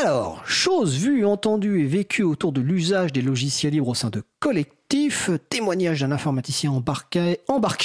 Alors, choses vues, entendues et vécues autour de l'usage des logiciels libres au sein de collectifs, témoignage d'un informaticien embarqué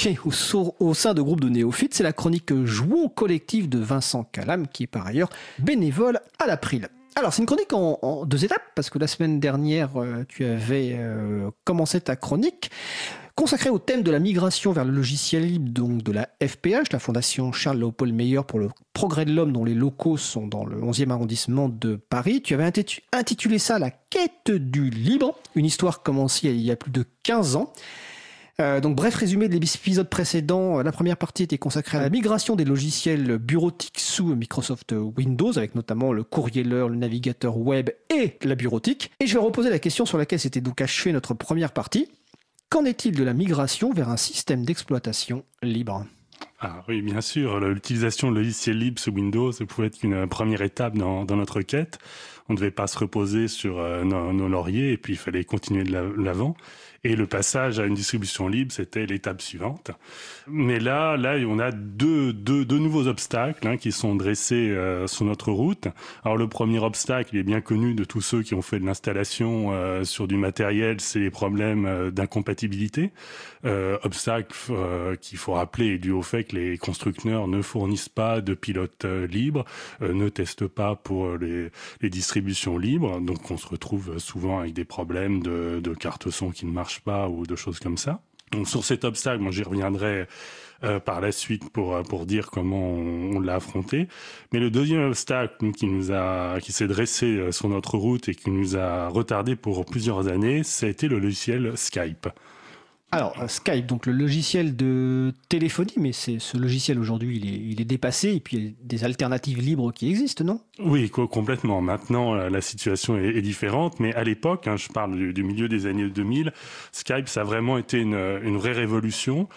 au sein de groupes de néophytes, c'est la chronique Jouons collectif de Vincent Calam, qui est par ailleurs bénévole à l'April. Alors, c'est une chronique en deux étapes, parce que la semaine dernière, tu avais commencé ta chronique consacrée au thème de la migration vers le logiciel libre, donc de la FPH, la Fondation Charles-Léopold Meyer pour le progrès de l'homme, dont les locaux sont dans le 11e arrondissement de Paris. Tu avais intitulé ça « La quête du libre », une histoire commencée il y a plus de 15 ans. Donc, bref résumé de l'épisode précédent, la première partie était consacrée à la migration des logiciels bureautiques sous Microsoft Windows, avec notamment le courrieleur, le navigateur web et la bureautique. Et je vais reposer la question sur laquelle s'était donc achevée notre première partie. Qu'en est-il de la migration vers un système d'exploitation libre ? Ah oui, bien sûr, l'utilisation de logiciels libres sous Windows pouvait être une première étape dans notre quête. On ne devait pas se reposer sur nos lauriers et puis il fallait continuer de l'avant. Et le passage à une distribution libre, c'était l'étape suivante. Mais là, on a deux nouveaux obstacles qui sont dressés sur notre route. Alors le premier obstacle, il est bien connu de tous ceux qui ont fait de l'installation sur du matériel, c'est les problèmes d'incompatibilité. Obstacle qu'il faut rappeler est dû au fait que les constructeurs ne fournissent pas de pilotes libres, ne testent pas pour les distributions libres. Donc on se retrouve souvent avec des problèmes de carte son qui ne marchent pas ou de choses comme ça. Donc sur cet obstacle, moi j'y reviendrai par la suite pour dire comment on l'a affronté. Mais le deuxième obstacle qui s'est dressé sur notre route et qui nous a retardé pour plusieurs années, ça a été le logiciel Skype. Alors, Skype, donc le logiciel de téléphonie, mais ce logiciel aujourd'hui, il est dépassé, et puis il y a des alternatives libres qui existent, non ? Oui, complètement. Maintenant, la situation est différente, mais à l'époque, je parle du milieu des années 2000, Skype, ça a vraiment été une vraie révolution.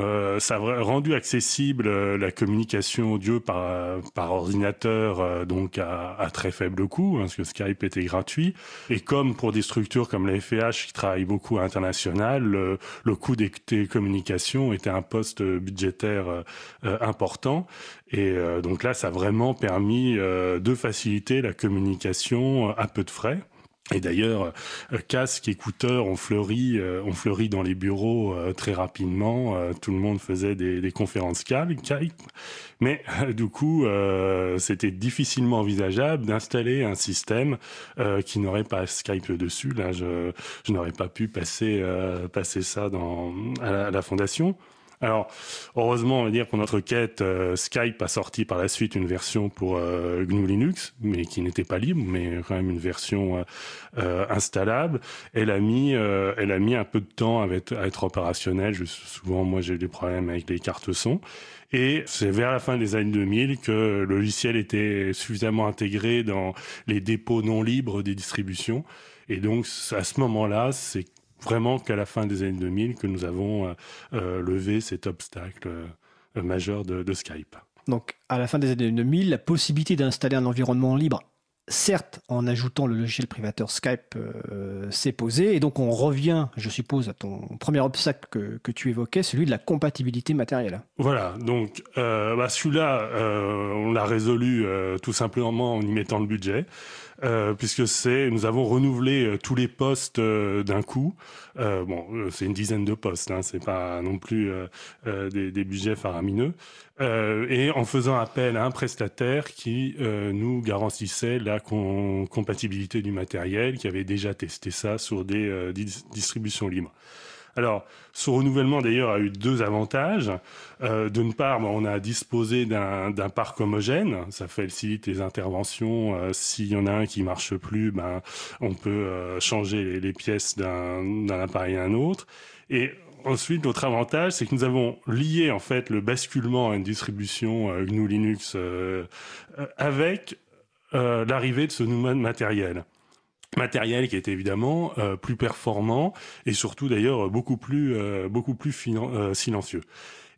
Ça a rendu accessible la communication audio par ordinateur, donc à très faible coût, parce que Skype était gratuit. Et comme pour des structures comme la FPH qui travaillent beaucoup à l'international, le coût des télécommunications était un poste budgétaire important. Et donc là, ça a vraiment permis de faciliter la communication à peu de frais. Et d'ailleurs, casques, écouteurs ont fleuri dans les bureaux très rapidement. Tout le monde faisait des conférences Skype. Mais du coup, c'était difficilement envisageable d'installer un système qui n'aurait pas Skype dessus. Là, je n'aurais pas pu passer ça à la fondation. Alors, heureusement, on va dire pour notre quête, Skype a sorti par la suite une version pour GNU Linux, mais qui n'était pas libre, mais quand même une version installable. Elle a mis un peu de temps à être opérationnelle. Souvent, moi, j'ai eu des problèmes avec les cartes son. Et c'est vers la fin des années 2000 que le logiciel était suffisamment intégré dans les dépôts non libres des distributions. Et donc, à ce moment-là, c'est vraiment qu'à la fin des années 2000 que nous avons levé cet obstacle majeur de Skype. Donc, à la fin des années 2000, la possibilité d'installer un environnement libre, certes en ajoutant le logiciel privateur Skype, s'est posée. Et donc, on revient, je suppose, à ton premier obstacle que tu évoquais, celui de la compatibilité matérielle. Voilà, donc celui-là, on l'a résolu tout simplement en y mettant le budget. Puisque nous avons renouvelé tous les postes d'un coup. C'est une dizaine de postes, c'est pas non plus des budgets faramineux. Et en faisant appel à un prestataire qui nous garantissait la compatibilité du matériel, qui avait déjà testé ça sur des distributions libres. Alors, ce renouvellement, d'ailleurs, a eu deux avantages. D'une part, on a disposé d'un parc homogène. Ça facilite les interventions. S'il y en a un qui marche plus, on peut changer les pièces d'un appareil à un autre. Et ensuite, l'autre avantage, c'est que nous avons lié, en fait, le basculement à une distribution GNU Linux avec l'arrivée de ce nouveau matériel qui est évidemment plus performant et surtout d'ailleurs beaucoup plus silencieux.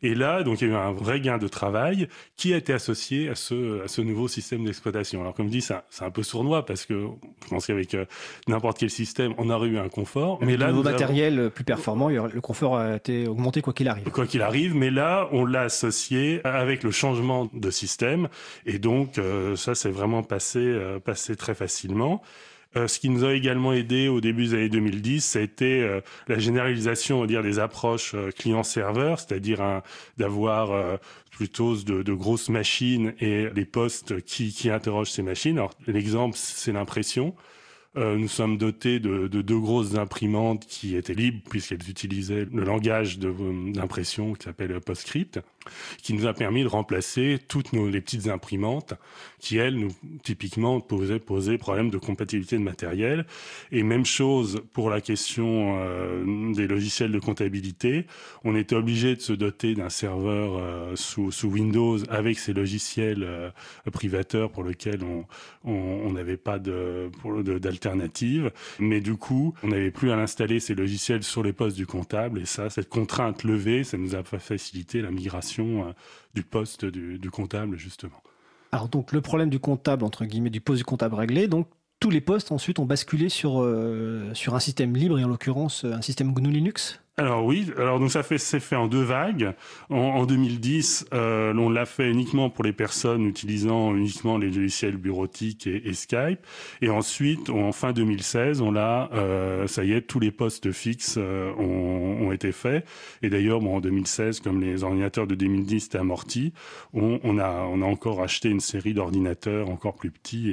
Et là, donc, il y a eu un vrai gain de travail qui a été associé à ce nouveau système d'exploitation. Alors, comme je dis, c'est un peu sournois parce que je pense qu'avec n'importe quel système, on aurait eu un confort. Mais là, nouveau matériel plus performant, le confort a été augmenté quoi qu'il arrive. Quoi qu'il arrive, mais là, on l'a associé avec le changement de système. Et donc, ça, c'est vraiment passé très facilement. Ce qui nous a également aidé au début des années 2010, ça a été la généralisation, on va dire, des approches client-serveur, c'est-à-dire d'avoir plutôt de grosses machines et les postes qui interrogent ces machines. Alors, l'exemple, c'est l'impression. Nous sommes dotés de deux grosses imprimantes qui étaient libres puisqu'elles utilisaient le langage d'impression qui s'appelle PostScript, qui nous a permis de remplacer toutes les petites imprimantes qui, elles, typiquement, posaient problème de compatibilité de matériel. Et même chose pour la question des logiciels de comptabilité. On était obligé de se doter d'un serveur sous Windows avec ces logiciels privateurs pour lesquels on n'avait pas d'alternative. Mais du coup, on n'avait plus à l'installer ces logiciels sur les postes du comptable. Et ça, cette contrainte levée, ça nous a facilité la migration du poste du comptable, justement. Alors donc, le problème du comptable, entre guillemets, du poste du comptable réglé, donc tous les postes ensuite ont basculé sur un système libre, et en l'occurrence un système GNU Linux. Alors oui, donc c'est fait en deux vagues. En 2010, on l'a fait uniquement pour les personnes utilisant uniquement les logiciels bureautiques et Skype. Et ensuite, en fin 2016, ça y est, tous les postes fixes ont été faits. Et d'ailleurs, en 2016, comme les ordinateurs de 2010 étaient amortis, on a encore acheté une série d'ordinateurs encore plus petits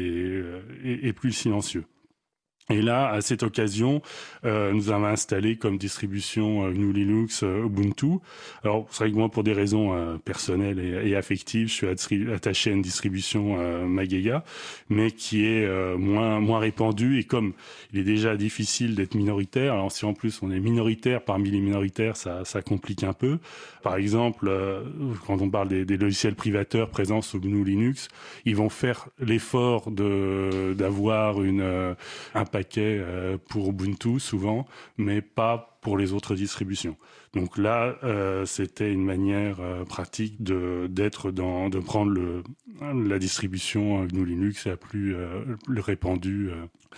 et plus silencieux. Et là, à cette occasion, nous avons installé comme distribution GNU Linux Ubuntu. Alors, c'est vrai que moi, pour des raisons personnelles et affectives, je suis attaché à une distribution Mageia, mais qui est moins répandue. Et comme il est déjà difficile d'être minoritaire, alors si en plus on est minoritaire parmi les minoritaires, ça complique un peu. Par exemple, quand on parle des logiciels privateurs présents sous GNU Linux, ils vont faire l'effort d'avoir un paquet pour Ubuntu souvent, mais pas pour les autres distributions. Donc là, c'était une manière pratique de prendre la distribution GNU Linux la plus répandue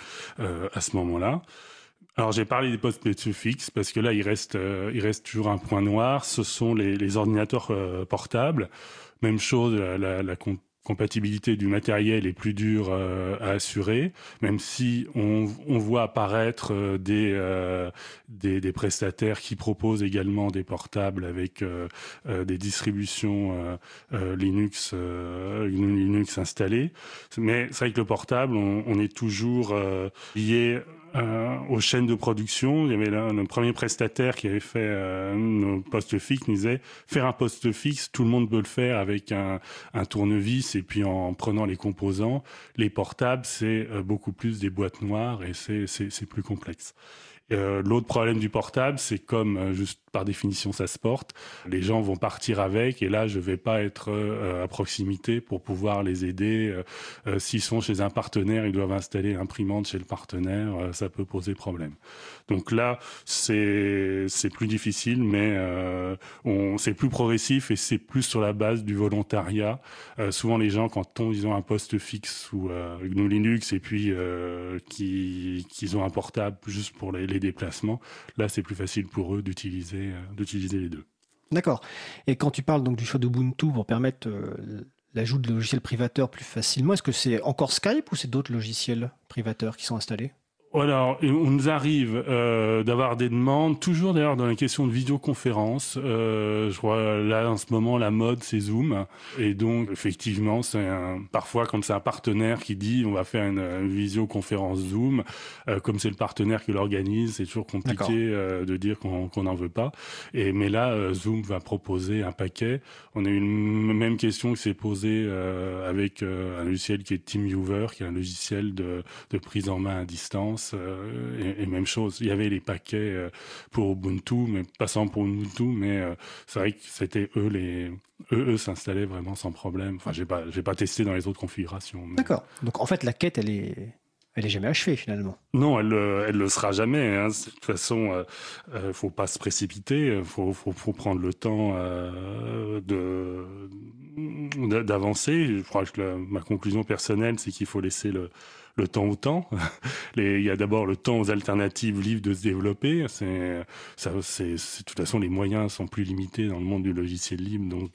à ce moment-là. Alors j'ai parlé des postes fixes parce que là il reste toujours un point noir. Ce sont les ordinateurs portables. Même chose, la compatibilité du matériel est plus dure à assurer, même si on voit apparaître des prestataires qui proposent également des portables avec des distributions Linux installées. Mais c'est vrai que le portable, on est toujours lié aux chaînes de production. Il y avait le premier prestataire qui avait fait nos postes fixes, nous disait faire un poste fixe, tout le monde peut le faire avec un tournevis et puis en prenant les composants. Les portables, c'est beaucoup plus des boîtes noires et c'est plus complexe. L'autre problème du portable, c'est comme juste par définition ça se porte, les gens vont partir avec et là je vais pas être à proximité pour pouvoir les aider. S'ils sont chez un partenaire, ils doivent installer l'imprimante chez le partenaire, ça peut poser problème. Donc là c'est plus difficile, mais c'est plus progressif et c'est plus sur la base du volontariat. Souvent les gens quand ils ont un poste fixe ou GNU Linux et puis qu'ils ont un portable juste pour les déplacements, là c'est plus facile pour eux d'utiliser les deux. D'accord. Et quand tu parles donc du choix d'Ubuntu pour permettre l'ajout de logiciels privateurs plus facilement, est-ce que c'est encore Skype ou c'est d'autres logiciels privateurs qui sont installés ? Alors, on nous arrive d'avoir des demandes, toujours d'ailleurs dans la question de vidéoconférence. Je crois là en ce moment la mode c'est Zoom, et donc effectivement parfois quand c'est un partenaire qui dit on va faire une visioconférence Zoom, comme c'est le partenaire qui l'organise, c'est toujours compliqué de dire qu'on n'en veut pas. Mais là Zoom va proposer un paquet. On a eu une même question qui s'est posée avec un logiciel qui est TeamViewer, qui est un logiciel de prise en main à distance. Et même chose, il y avait les paquets pour Ubuntu, mais passant pour Ubuntu, mais c'est vrai que c'était eux s'installaient vraiment sans problème. Enfin, j'ai pas testé dans les autres configurations. Mais... D'accord. Donc en fait, la quête, elle est Elle est jamais achevée finalement. Non, elle le sera jamais. Hein. De toute façon, faut pas se précipiter. Faut prendre le temps d'avancer. Je crois que ma conclusion personnelle, c'est qu'il faut laisser le temps au temps. Il y a d'abord le temps aux alternatives libres de se développer. De toute façon, les moyens sont plus limités dans le monde du logiciel libre, donc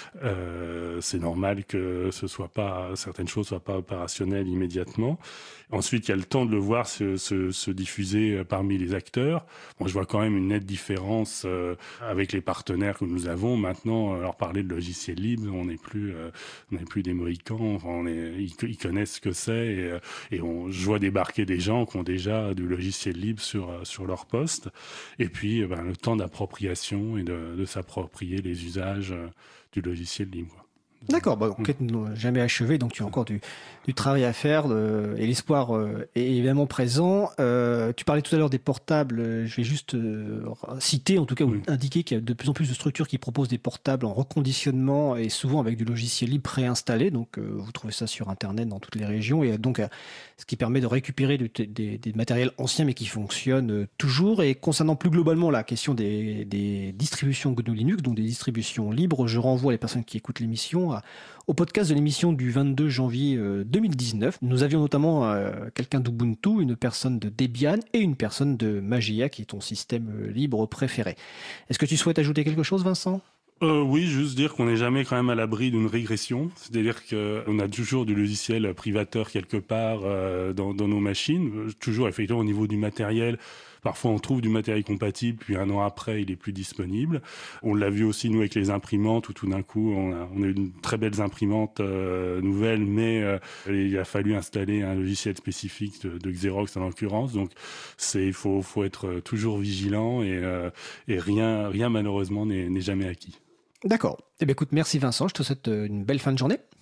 c'est normal que certaines choses soient pas opérationnelles immédiatement. Ensuite, il y a le temps de le voir se diffuser parmi les acteurs. Bon, je vois quand même une nette différence avec les partenaires que nous avons. Maintenant, leur parler de logiciel libre, on n'est plus des mohicans. Enfin, ils connaissent ce que c'est je vois débarquer des gens qui ont déjà du logiciel libre sur leur poste. Et puis, le temps d'appropriation et de s'approprier les usages du logiciel libre. D'accord, enquête jamais achevée, donc tu as encore du travail à faire et l'espoir est évidemment présent. Tu parlais tout à l'heure des portables, je vais juste citer, en tout cas, ou indiquer qu'il y a de plus en plus de structures qui proposent des portables en reconditionnement et souvent avec du logiciel libre préinstallé. Donc vous trouvez ça sur Internet dans toutes les régions et donc ce qui permet de récupérer des matériels anciens mais qui fonctionnent toujours. Et concernant plus globalement la question des distributions GNU Linux, donc des distributions libres, je renvoie les personnes qui écoutent l'émission au podcast de l'émission du 22 janvier 2019. Nous avions notamment quelqu'un d'Ubuntu, une personne de Debian et une personne de Mageia, qui est ton système libre préféré. Est-ce que tu souhaites ajouter quelque chose, Vincent ? Oui, juste dire qu'on n'est jamais quand même à l'abri d'une régression. C'est-à-dire qu'on a toujours du logiciel privateur quelque part dans nos machines. Toujours, effectivement, au niveau du matériel. Parfois, on trouve du matériel compatible, puis un an après, il est plus disponible. On l'a vu aussi, nous, avec les imprimantes, où tout d'un coup, on a eu une très belle imprimante nouvelle, mais il a fallu installer un logiciel spécifique de Xerox, en l'occurrence. Donc, il faut être toujours vigilant et rien malheureusement, n'est jamais acquis. D'accord. Eh bien, écoute, merci Vincent. Je te souhaite une belle fin de journée.